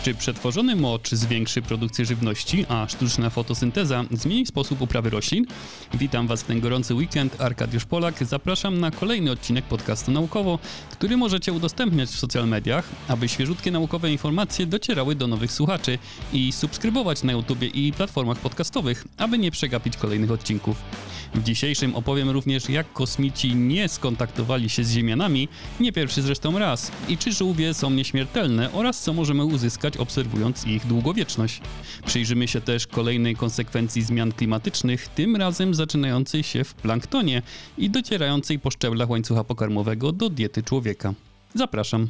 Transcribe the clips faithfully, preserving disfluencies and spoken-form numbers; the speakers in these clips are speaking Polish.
Czy przetworzony mocz zwiększy produkcję żywności, a sztuczna fotosynteza zmieni sposób uprawy roślin? Witam Was w ten gorący weekend, Arkadiusz Polak. Zapraszam na kolejny odcinek podcastu Naukowo, który możecie udostępniać w social mediach, aby świeżutkie naukowe informacje docierały do nowych słuchaczy i subskrybować na YouTubie i platformach podcastowych, aby nie przegapić kolejnych odcinków. W dzisiejszym opowiem również, jak kosmici nie skontaktowali się z Ziemianami, nie pierwszy zresztą raz, i czy żółwie są nieśmiertelne oraz co możemy uzyskać, obserwując ich długowieczność. Przyjrzymy się też kolejnej konsekwencji zmian klimatycznych, tym razem zaczynającej się w planktonie i docierającej po szczeblach łańcucha pokarmowego do diety człowieka. Zapraszam.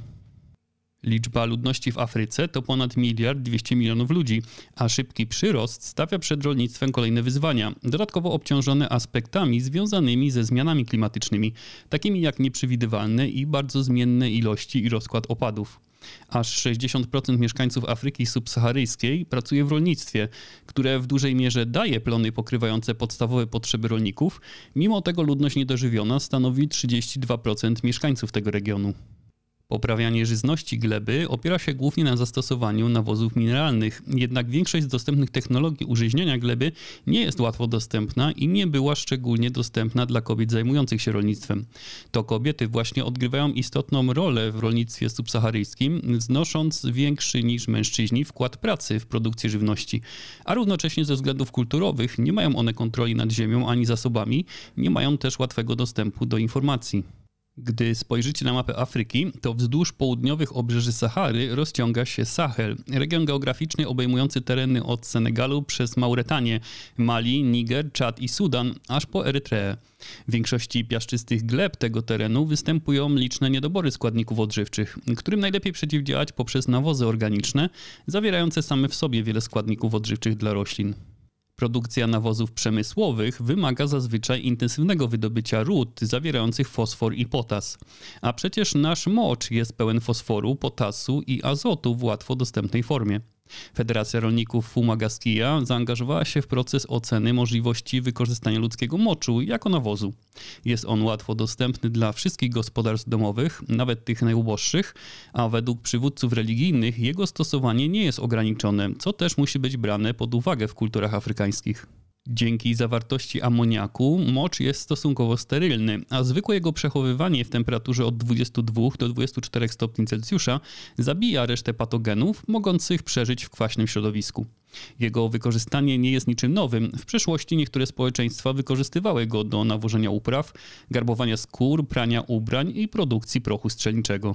Liczba ludności w Afryce to ponad miliard dwieście milionów ludzi, a szybki przyrost stawia przed rolnictwem kolejne wyzwania, dodatkowo obciążone aspektami związanymi ze zmianami klimatycznymi, takimi jak nieprzewidywalne i bardzo zmienne ilości i rozkład opadów. Aż sześćdziesiąt procent mieszkańców Afryki subsaharyjskiej pracuje w rolnictwie, które w dużej mierze daje plony pokrywające podstawowe potrzeby rolników, mimo tego ludność niedożywiona stanowi trzydzieści dwa procent mieszkańców tego regionu. Poprawianie żyzności gleby opiera się głównie na zastosowaniu nawozów mineralnych, jednak większość z dostępnych technologii użyźniania gleby nie jest łatwo dostępna i nie była szczególnie dostępna dla kobiet zajmujących się rolnictwem. To kobiety właśnie odgrywają istotną rolę w rolnictwie subsaharyjskim, znosząc większy niż mężczyźni wkład pracy w produkcję żywności, a równocześnie ze względów kulturowych nie mają one kontroli nad ziemią ani zasobami, nie mają też łatwego dostępu do informacji. Gdy spojrzycie na mapę Afryki, to wzdłuż południowych obrzeży Sahary rozciąga się Sahel, region geograficzny obejmujący tereny od Senegalu przez Mauretanię, Mali, Niger, Czad i Sudan, aż po Erytreę. W większości piaszczystych gleb tego terenu występują liczne niedobory składników odżywczych, którym najlepiej przeciwdziałać poprzez nawozy organiczne, zawierające same w sobie wiele składników odżywczych dla roślin. Produkcja nawozów przemysłowych wymaga zazwyczaj intensywnego wydobycia ród zawierających fosfor i potas. A przecież nasz mocz jest pełen fosforu, potasu i azotu w łatwo dostępnej formie. Federacja Rolników Fumagaskia zaangażowała się w proces oceny możliwości wykorzystania ludzkiego moczu jako nawozu. Jest on łatwo dostępny dla wszystkich gospodarstw domowych, nawet tych najuboższych, a według przywódców religijnych jego stosowanie nie jest ograniczone, co też musi być brane pod uwagę w kulturach afrykańskich. Dzięki zawartości amoniaku mocz jest stosunkowo sterylny, a zwykłe jego przechowywanie w temperaturze od dwudziestu dwóch do dwudziestu czterech stopni Celsjusza zabija resztę patogenów mogących przeżyć w kwaśnym środowisku. Jego wykorzystanie nie jest niczym nowym. W przeszłości niektóre społeczeństwa wykorzystywały go do nawożenia upraw, garbowania skór, prania ubrań i produkcji prochu strzelniczego.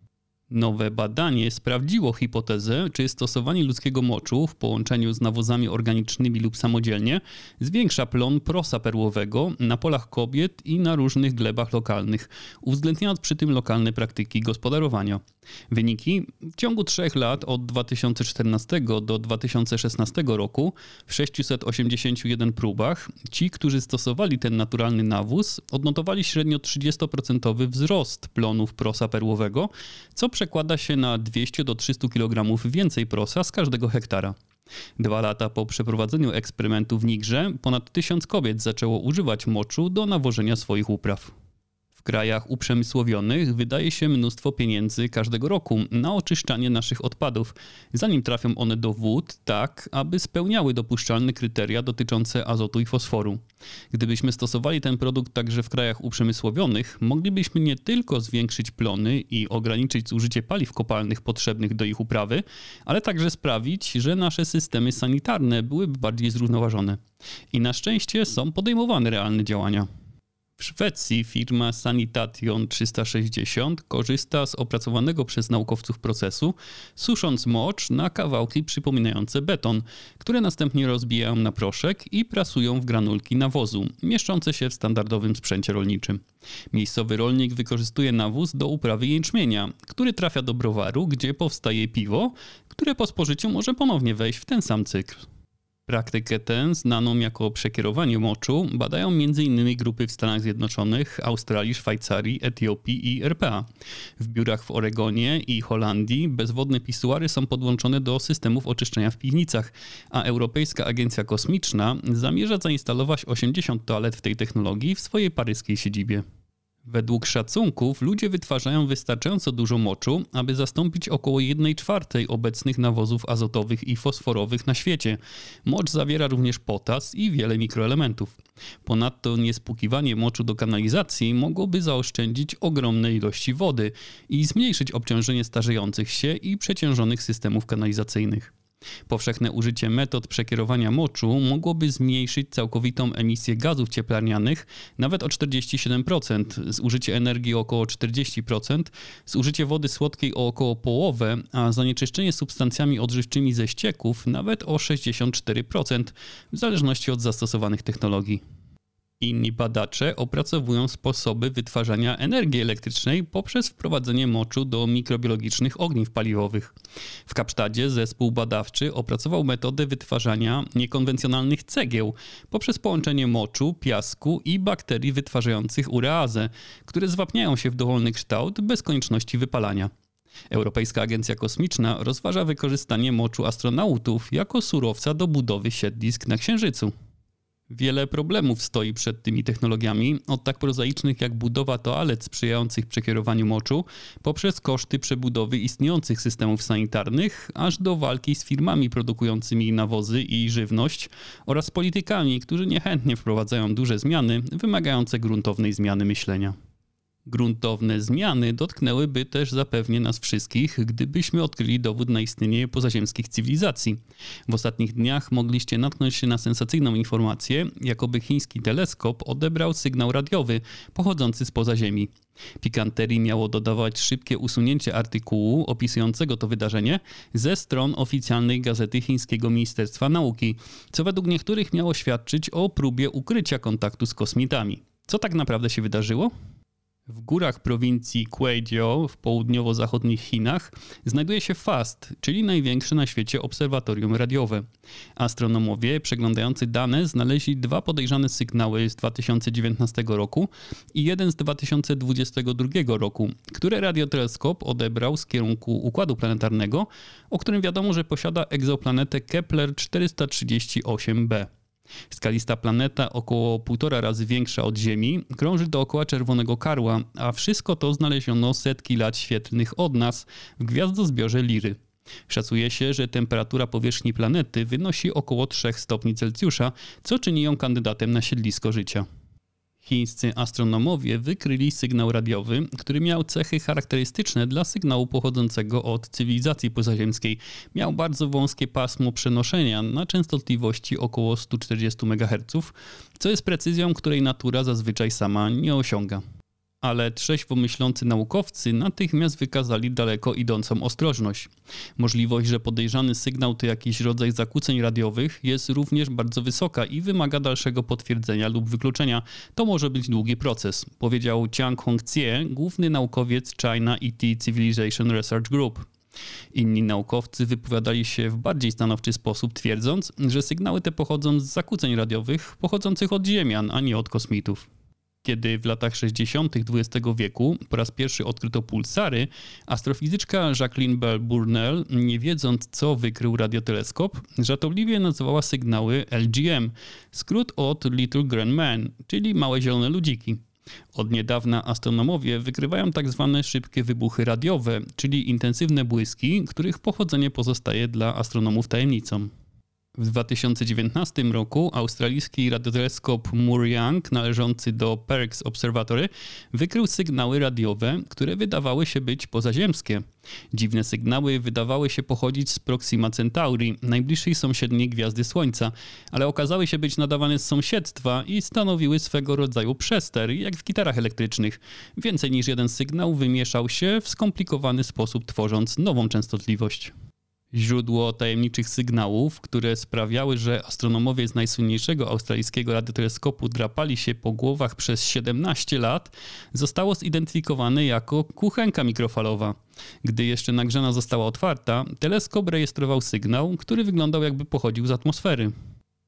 Nowe badanie sprawdziło hipotezę, czy stosowanie ludzkiego moczu w połączeniu z nawozami organicznymi lub samodzielnie zwiększa plon prosa perłowego na polach kobiet i na różnych glebach lokalnych, uwzględniając przy tym lokalne praktyki gospodarowania. Wyniki: w ciągu trzech lat od dwa tysiące czternastego do dwa tysiące szesnastego roku w sześciuset osiemdziesięciu jeden próbach ci, którzy stosowali ten naturalny nawóz, odnotowali średnio trzydziestoprocentowy wzrost plonów prosa perłowego, co przekłada się na dwieście do trzystu kilogramów więcej prosa z każdego hektara. Dwa lata po przeprowadzeniu eksperymentu w Nigrze ponad tysiąc kobiet zaczęło używać moczu do nawożenia swoich upraw. W krajach uprzemysłowionych wydaje się mnóstwo pieniędzy każdego roku na oczyszczanie naszych odpadów, zanim trafią one do wód, tak aby spełniały dopuszczalne kryteria dotyczące azotu i fosforu. Gdybyśmy stosowali ten produkt także w krajach uprzemysłowionych, moglibyśmy nie tylko zwiększyć plony i ograniczyć zużycie paliw kopalnych potrzebnych do ich uprawy, ale także sprawić, że nasze systemy sanitarne byłyby bardziej zrównoważone. I na szczęście są podejmowane realne działania. W Szwecji firma Sanitation trzysta sześćdziesiąt korzysta z opracowanego przez naukowców procesu, susząc mocz na kawałki przypominające beton, które następnie rozbijają na proszek i prasują w granulki nawozu, mieszczące się w standardowym sprzęcie rolniczym. Miejscowy rolnik wykorzystuje nawóz do uprawy jęczmienia, który trafia do browaru, gdzie powstaje piwo, które po spożyciu może ponownie wejść w ten sam cykl. Praktykę tę, znaną jako przekierowanie moczu, badają między innymi grupy w Stanach Zjednoczonych, Australii, Szwajcarii, Etiopii i R P A. W biurach w Oregonie i Holandii bezwodne pisuary są podłączone do systemów oczyszczenia w piwnicach, a Europejska Agencja Kosmiczna zamierza zainstalować osiemdziesiąt toalet w tej technologii w swojej paryskiej siedzibie. Według szacunków ludzie wytwarzają wystarczająco dużo moczu, aby zastąpić około jednej czwartej obecnych nawozów azotowych i fosforowych na świecie. Mocz zawiera również potas i wiele mikroelementów. Ponadto niespłukiwanie moczu do kanalizacji mogłoby zaoszczędzić ogromne ilości wody i zmniejszyć obciążenie starzejących się i przeciążonych systemów kanalizacyjnych. Powszechne użycie metod przekierowania moczu mogłoby zmniejszyć całkowitą emisję gazów cieplarnianych nawet o czterdzieści siedem procent, zużycie energii o około czterdzieści procent, zużycie wody słodkiej o około połowę, a zanieczyszczenie substancjami odżywczymi ze ścieków nawet o sześćdziesiąt cztery procent, w zależności od zastosowanych technologii. Inni badacze opracowują sposoby wytwarzania energii elektrycznej poprzez wprowadzenie moczu do mikrobiologicznych ogniw paliwowych. W Kapsztadzie zespół badawczy opracował metodę wytwarzania niekonwencjonalnych cegieł poprzez połączenie moczu, piasku i bakterii wytwarzających ureazę, które zwapniają się w dowolny kształt bez konieczności wypalania. Europejska Agencja Kosmiczna rozważa wykorzystanie moczu astronautów jako surowca do budowy siedlisk na Księżycu. Wiele problemów stoi przed tymi technologiami, od tak prozaicznych jak budowa toalet sprzyjających przekierowaniu moczu, poprzez koszty przebudowy istniejących systemów sanitarnych, aż do walki z firmami produkującymi nawozy i żywność oraz politykami, którzy niechętnie wprowadzają duże zmiany wymagające gruntownej zmiany myślenia. Gruntowne zmiany dotknęłyby też zapewnie nas wszystkich, gdybyśmy odkryli dowód na istnienie pozaziemskich cywilizacji. W ostatnich dniach mogliście natknąć się na sensacyjną informację, jakoby chiński teleskop odebrał sygnał radiowy pochodzący spoza Ziemi. Pikanterii miało dodawać szybkie usunięcie artykułu opisującego to wydarzenie ze stron oficjalnej gazety chińskiego Ministerstwa Nauki, co według niektórych miało świadczyć o próbie ukrycia kontaktu z kosmitami. Co tak naprawdę się wydarzyło? W górach prowincji Guizhou w południowo-zachodnich Chinach znajduje się FAST, czyli największe na świecie obserwatorium radiowe. Astronomowie przeglądający dane znaleźli dwa podejrzane sygnały z dwa tysiące dziewiętnastego roku i jeden z dwa tysiące dwudziestego drugiego roku, które radioteleskop odebrał z kierunku Układu Planetarnego, o którym wiadomo, że posiada egzoplanetę Kepler czterysta trzydzieści osiem b. Skalista planeta, około półtora razy większa od Ziemi, krąży dookoła Czerwonego Karła, a wszystko to znaleziono setki lat świetlnych od nas w gwiazdozbiorze Liry. Szacuje się, że temperatura powierzchni planety wynosi około trzy stopni Celsjusza, co czyni ją kandydatem na siedlisko życia. Chińscy astronomowie wykryli sygnał radiowy, który miał cechy charakterystyczne dla sygnału pochodzącego od cywilizacji pozaziemskiej. Miał bardzo wąskie pasmo przenoszenia na częstotliwości około sto czterdzieści megaherców, co jest precyzją, której natura zazwyczaj sama nie osiąga. Ale trzeźwo myślący naukowcy natychmiast wykazali daleko idącą ostrożność. Możliwość, że podejrzany sygnał to jakiś rodzaj zakłóceń radiowych jest również bardzo wysoka i wymaga dalszego potwierdzenia lub wykluczenia. To może być długi proces, powiedział Chiang Hongzhie, główny naukowiec China E T Civilization Research Group. Inni naukowcy wypowiadali się w bardziej stanowczy sposób, twierdząc, że sygnały te pochodzą z zakłóceń radiowych pochodzących od Ziemian, a nie od kosmitów. Kiedy w latach sześćdziesiątych dwudziestego wieku po raz pierwszy odkryto pulsary, astrofizyczka Jacqueline Bell Burnell, nie wiedząc co wykrył radioteleskop, żartobliwie nazwała sygnały L G M, skrót od Little Green Men, czyli małe zielone ludziki. Od niedawna astronomowie wykrywają tak zwane szybkie wybuchy radiowe, czyli intensywne błyski, których pochodzenie pozostaje dla astronomów tajemnicą. W dwa tysiące dziewiętnastym roku australijski radioteleskop Moore-Young należący do Parkes Observatory wykrył sygnały radiowe, które wydawały się być pozaziemskie. Dziwne sygnały wydawały się pochodzić z Proxima Centauri, najbliższej sąsiedniej gwiazdy Słońca, ale okazały się być nadawane z sąsiedztwa i stanowiły swego rodzaju przester, jak w gitarach elektrycznych. Więcej niż jeden sygnał wymieszał się w skomplikowany sposób, tworząc nową częstotliwość. Źródło tajemniczych sygnałów, które sprawiały, że astronomowie z najsłynniejszego australijskiego radioteleskopu drapali się po głowach przez siedemnaście lat, zostało zidentyfikowane jako kuchenka mikrofalowa. Gdy jeszcze nagrzana została otwarta, teleskop rejestrował sygnał, który wyglądał jakby pochodził z atmosfery.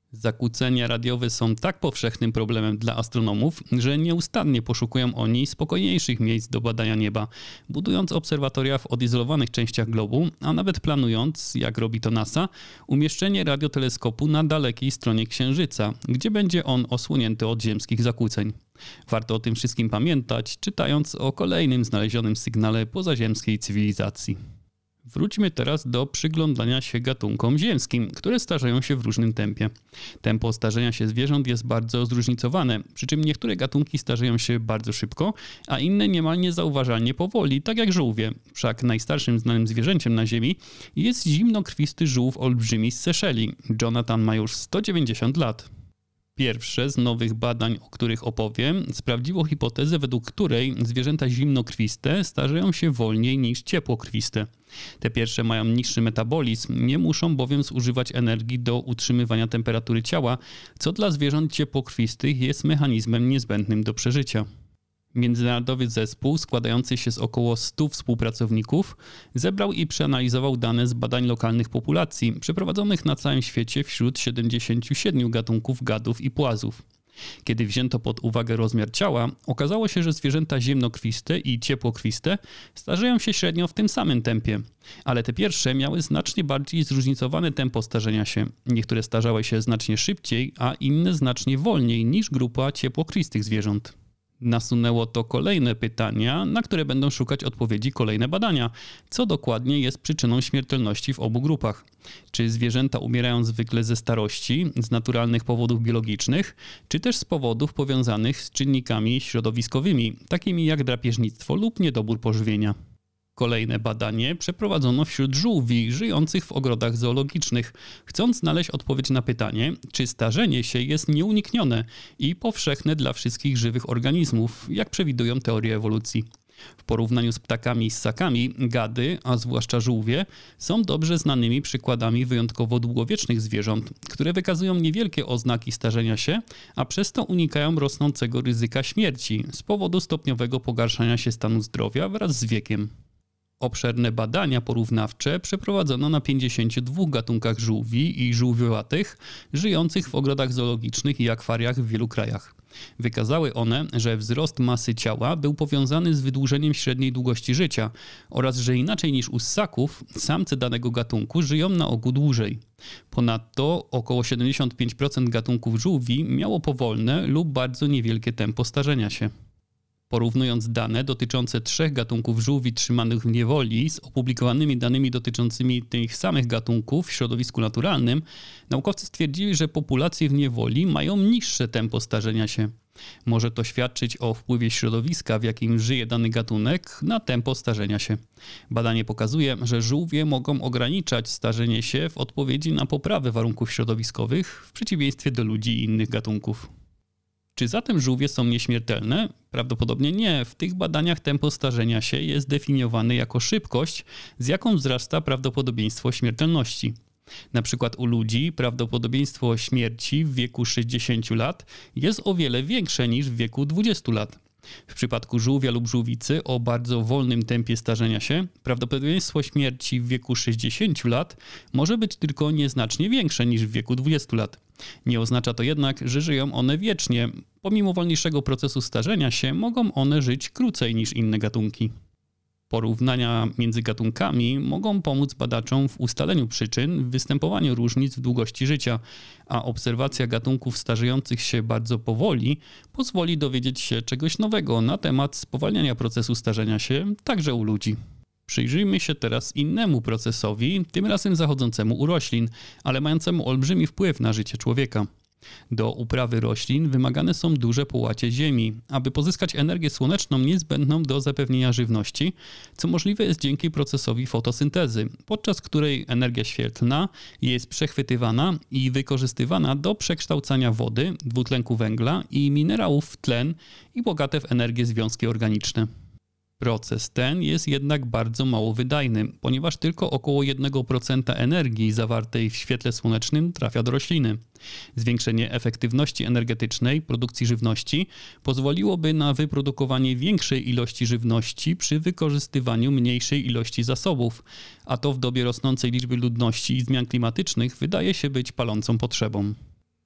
Zakłócenia radiowe są tak powszechnym problemem dla astronomów, że nieustannie poszukują oni spokojniejszych miejsc do badania nieba, budując obserwatoria w odizolowanych częściach globu, a nawet planując, jak robi to NASA, umieszczenie radioteleskopu na dalekiej stronie Księżyca, gdzie będzie on osłonięty od ziemskich zakłóceń. Warto o tym wszystkim pamiętać, czytając o kolejnym znalezionym sygnale pozaziemskiej cywilizacji. Wróćmy teraz do przyglądania się gatunkom ziemskim, które starzeją się w różnym tempie. Tempo starzenia się zwierząt jest bardzo zróżnicowane, przy czym niektóre gatunki starzeją się bardzo szybko, a inne niemal niezauważalnie powoli, tak jak żółwie. Wszak najstarszym znanym zwierzęciem na Ziemi jest zimnokrwisty żółw olbrzymi z Seszeli. Jonathan ma już sto dziewięćdziesiąt lat. Pierwsze z nowych badań, o których opowiem, sprawdziło hipotezę, według której zwierzęta zimnokrwiste starzeją się wolniej niż ciepłokrwiste. Te pierwsze mają niższy metabolizm, nie muszą bowiem zużywać energii do utrzymywania temperatury ciała, co dla zwierząt ciepłokrwistych jest mechanizmem niezbędnym do przeżycia. Międzynarodowy zespół składający się z około stu współpracowników zebrał i przeanalizował dane z badań lokalnych populacji przeprowadzonych na całym świecie wśród siedemdziesięciu siedmiu gatunków gadów i płazów. Kiedy wzięto pod uwagę rozmiar ciała, okazało się, że zwierzęta ziemnokrwiste i ciepłokrwiste starzeją się średnio w tym samym tempie. Ale te pierwsze miały znacznie bardziej zróżnicowane tempo starzenia się. Niektóre starzały się znacznie szybciej, a inne znacznie wolniej niż grupa ciepłokrwistych zwierząt. Nasunęło to kolejne pytania, na które będą szukać odpowiedzi kolejne badania. Co dokładnie jest przyczyną śmiertelności w obu grupach? Czy zwierzęta umierają zwykle ze starości, z naturalnych powodów biologicznych, czy też z powodów powiązanych z czynnikami środowiskowymi, takimi jak drapieżnictwo lub niedobór pożywienia? Kolejne badanie przeprowadzono wśród żółwi żyjących w ogrodach zoologicznych, chcąc znaleźć odpowiedź na pytanie, czy starzenie się jest nieuniknione i powszechne dla wszystkich żywych organizmów, jak przewidują teorie ewolucji. W porównaniu z ptakami i ssakami, gady, a zwłaszcza żółwie, są dobrze znanymi przykładami wyjątkowo długowiecznych zwierząt, które wykazują niewielkie oznaki starzenia się, a przez to unikają rosnącego ryzyka śmierci z powodu stopniowego pogarszania się stanu zdrowia wraz z wiekiem. Obszerne badania porównawcze przeprowadzono na pięćdziesięciu dwóch gatunkach żółwi i żółwiowatych żyjących w ogrodach zoologicznych i akwariach w wielu krajach. Wykazały one, że wzrost masy ciała był powiązany z wydłużeniem średniej długości życia oraz że inaczej niż u ssaków, samce danego gatunku żyją na ogół dłużej. Ponadto około siedemdziesiąt pięć procent gatunków żółwi miało powolne lub bardzo niewielkie tempo starzenia się. Porównując dane dotyczące trzech gatunków żółwi trzymanych w niewoli z opublikowanymi danymi dotyczącymi tych samych gatunków w środowisku naturalnym, naukowcy stwierdzili, że populacje w niewoli mają niższe tempo starzenia się. Może to świadczyć o wpływie środowiska, w jakim żyje dany gatunek, na tempo starzenia się. Badanie pokazuje, że żółwie mogą ograniczać starzenie się w odpowiedzi na poprawę warunków środowiskowych w przeciwieństwie do ludzi i innych gatunków. Czy zatem żółwie są nieśmiertelne? Prawdopodobnie nie. W tych badaniach tempo starzenia się jest definiowane jako szybkość, z jaką wzrasta prawdopodobieństwo śmiertelności. Na przykład u ludzi prawdopodobieństwo śmierci w wieku sześćdziesięciu lat jest o wiele większe niż w wieku dwudziestu lat. W przypadku żółwia lub żółwicy o bardzo wolnym tempie starzenia się prawdopodobieństwo śmierci w wieku sześćdziesięciu lat może być tylko nieznacznie większe niż w wieku dwudziestu lat. Nie oznacza to jednak, że żyją one wiecznie. Pomimo wolniejszego procesu starzenia się mogą one żyć krócej niż inne gatunki. Porównania między gatunkami mogą pomóc badaczom w ustaleniu przyczyn, w występowaniu różnic w długości życia, a obserwacja gatunków starzejących się bardzo powoli pozwoli dowiedzieć się czegoś nowego na temat spowalniania procesu starzenia się, także u ludzi. Przyjrzyjmy się teraz innemu procesowi, tym razem zachodzącemu u roślin, ale mającemu olbrzymi wpływ na życie człowieka. Do uprawy roślin wymagane są duże połacie ziemi, aby pozyskać energię słoneczną niezbędną do zapewnienia żywności, co możliwe jest dzięki procesowi fotosyntezy, podczas której energia świetlna jest przechwytywana i wykorzystywana do przekształcania wody, dwutlenku węgla i minerałów w tlen i bogate w energię związki organiczne. Proces ten jest jednak bardzo mało wydajny, ponieważ tylko około jeden procent energii zawartej w świetle słonecznym trafia do rośliny. Zwiększenie efektywności energetycznej produkcji żywności pozwoliłoby na wyprodukowanie większej ilości żywności przy wykorzystywaniu mniejszej ilości zasobów, a to w dobie rosnącej liczby ludności i zmian klimatycznych wydaje się być palącą potrzebą.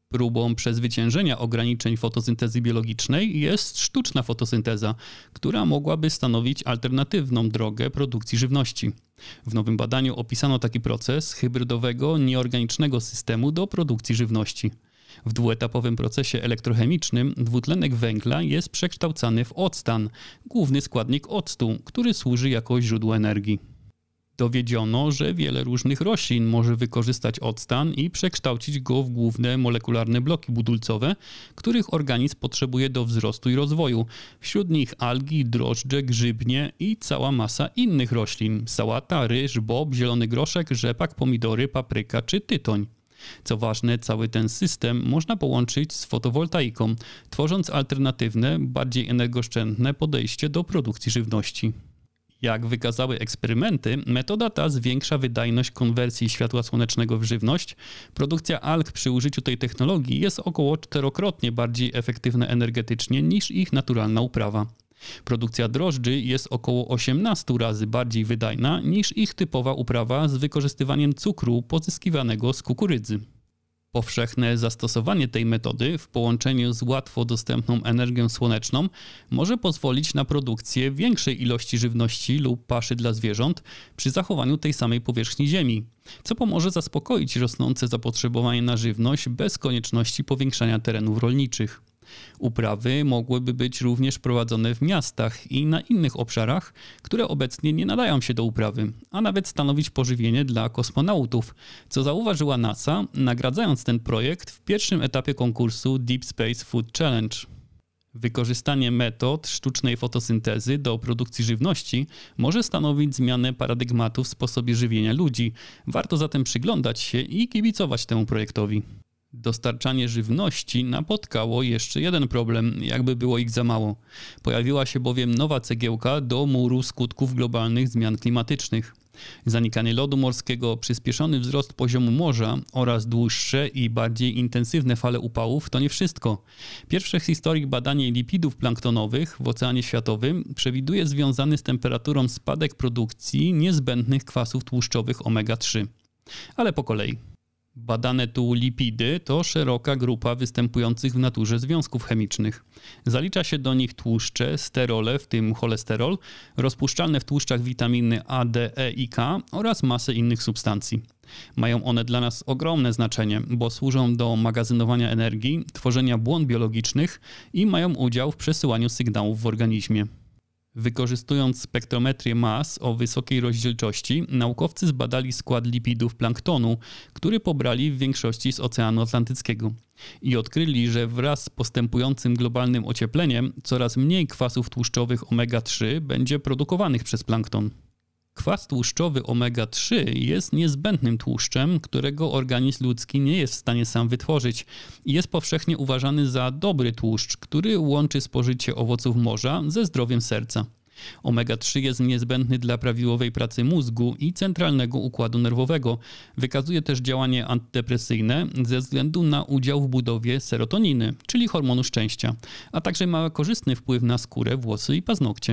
Próbą przezwyciężenia ograniczeń fotosyntezy biologicznej jest sztuczna fotosynteza, która mogłaby stanowić alternatywną drogę produkcji żywności. W nowym badaniu opisano taki proces hybrydowego, nieorganicznego systemu do produkcji żywności. W dwuetapowym procesie elektrochemicznym dwutlenek węgla jest przekształcany w octan, główny składnik octu, który służy jako źródło energii. Dowiedziono, że wiele różnych roślin może wykorzystać octan i przekształcić go w główne molekularne bloki budulcowe, których organizm potrzebuje do wzrostu i rozwoju. Wśród nich algi, drożdże, grzybnie i cała masa innych roślin: sałata, ryż, bob, zielony groszek, rzepak, pomidory, papryka czy tytoń. Co ważne, cały ten system można połączyć z fotowoltaiką, tworząc alternatywne, bardziej energooszczędne podejście do produkcji żywności. Jak wykazały eksperymenty, metoda ta zwiększa wydajność konwersji światła słonecznego w żywność. Produkcja alg przy użyciu tej technologii jest około czterokrotnie bardziej efektywna energetycznie niż ich naturalna uprawa. Produkcja drożdży jest około osiemnaście razy bardziej wydajna niż ich typowa uprawa z wykorzystywaniem cukru pozyskiwanego z kukurydzy. Powszechne zastosowanie tej metody w połączeniu z łatwo dostępną energią słoneczną może pozwolić na produkcję większej ilości żywności lub paszy dla zwierząt przy zachowaniu tej samej powierzchni ziemi, co pomoże zaspokoić rosnące zapotrzebowanie na żywność bez konieczności powiększania terenów rolniczych. Uprawy mogłyby być również prowadzone w miastach i na innych obszarach, które obecnie nie nadają się do uprawy, a nawet stanowić pożywienie dla kosmonautów, co zauważyła NASA, nagradzając ten projekt w pierwszym etapie konkursu Deep Space Food Challenge. Wykorzystanie metod sztucznej fotosyntezy do produkcji żywności może stanowić zmianę paradygmatu w sposobie żywienia ludzi. Warto zatem przyglądać się i kibicować temu projektowi. Dostarczanie żywności napotkało jeszcze jeden problem, jakby było ich za mało. Pojawiła się bowiem nowa cegiełka do muru skutków globalnych zmian klimatycznych. Zanikanie lodu morskiego, przyspieszony wzrost poziomu morza oraz dłuższe i bardziej intensywne fale upałów to nie wszystko. Pierwsze w historii badanie lipidów planktonowych w Oceanie Światowym przewiduje związany z temperaturą spadek produkcji niezbędnych kwasów tłuszczowych omega trzy. Ale po kolei. Badane tu lipidy to szeroka grupa występujących w naturze związków chemicznych. Zalicza się do nich tłuszcze, sterole, w tym cholesterol, rozpuszczalne w tłuszczach witaminy A, D, E i K oraz masę innych substancji. Mają one dla nas ogromne znaczenie, bo służą do magazynowania energii, tworzenia błon biologicznych i mają udział w przesyłaniu sygnałów w organizmie. Wykorzystując spektrometrię mas o wysokiej rozdzielczości, naukowcy zbadali skład lipidów planktonu, który pobrali w większości z Oceanu Atlantyckiego. I odkryli, że wraz z postępującym globalnym ociepleniem coraz mniej kwasów tłuszczowych omega trzy będzie produkowanych przez plankton. Kwas tłuszczowy omega trzy jest niezbędnym tłuszczem, którego organizm ludzki nie jest w stanie sam wytworzyć i jest powszechnie uważany za dobry tłuszcz, który łączy spożycie owoców morza ze zdrowiem serca. omega trzy jest niezbędny dla prawidłowej pracy mózgu i centralnego układu nerwowego. Wykazuje też działanie antydepresyjne ze względu na udział w budowie serotoniny, czyli hormonu szczęścia, a także ma korzystny wpływ na skórę, włosy i paznokcie.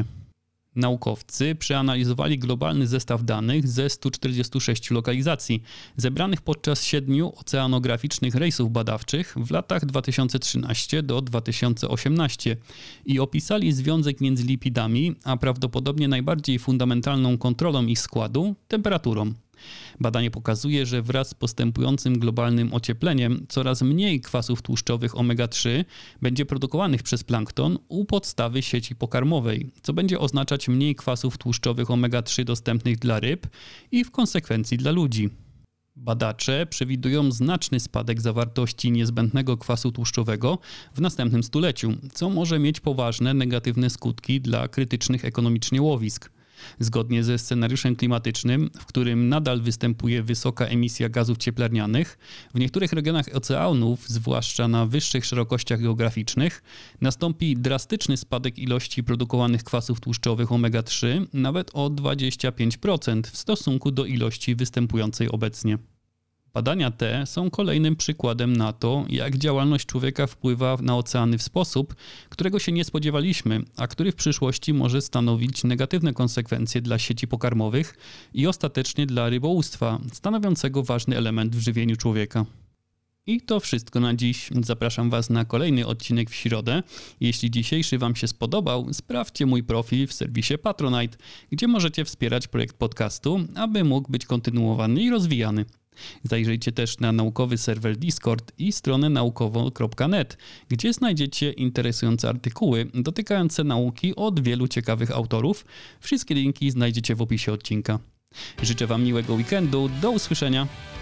Naukowcy przeanalizowali globalny zestaw danych ze stu czterdziestu sześciu lokalizacji, zebranych podczas siedmiu oceanograficznych rejsów badawczych w latach dwa tysiące trzynastym do dwa tysiące osiemnastego i opisali związek między lipidami, a prawdopodobnie najbardziej fundamentalną kontrolą ich składu, temperaturą. Badanie pokazuje, że wraz z postępującym globalnym ociepleniem coraz mniej kwasów tłuszczowych omega trzy będzie produkowanych przez plankton u podstawy sieci pokarmowej, co będzie oznaczać mniej kwasów tłuszczowych omega trzy dostępnych dla ryb i w konsekwencji dla ludzi. Badacze przewidują znaczny spadek zawartości niezbędnego kwasu tłuszczowego w następnym stuleciu, co może mieć poważne negatywne skutki dla krytycznych ekonomicznie łowisk. Zgodnie ze scenariuszem klimatycznym, w którym nadal występuje wysoka emisja gazów cieplarnianych, w niektórych regionach oceanów, zwłaszcza na wyższych szerokościach geograficznych, nastąpi drastyczny spadek ilości produkowanych kwasów tłuszczowych omega trzy nawet o dwadzieścia pięć procent w stosunku do ilości występującej obecnie. Badania te są kolejnym przykładem na to, jak działalność człowieka wpływa na oceany w sposób, którego się nie spodziewaliśmy, a który w przyszłości może stanowić negatywne konsekwencje dla sieci pokarmowych i ostatecznie dla rybołówstwa, stanowiącego ważny element w żywieniu człowieka. I to wszystko na dziś. Zapraszam Was na kolejny odcinek w środę. Jeśli dzisiejszy Wam się spodobał, sprawdźcie mój profil w serwisie Patronite, gdzie możecie wspierać projekt podcastu, aby mógł być kontynuowany i rozwijany. Zajrzyjcie też na naukowy serwer Discord i stronę naukowo kropka net, gdzie znajdziecie interesujące artykuły dotykające nauki od wielu ciekawych autorów. Wszystkie linki znajdziecie w opisie odcinka. Życzę Wam miłego weekendu. Do usłyszenia.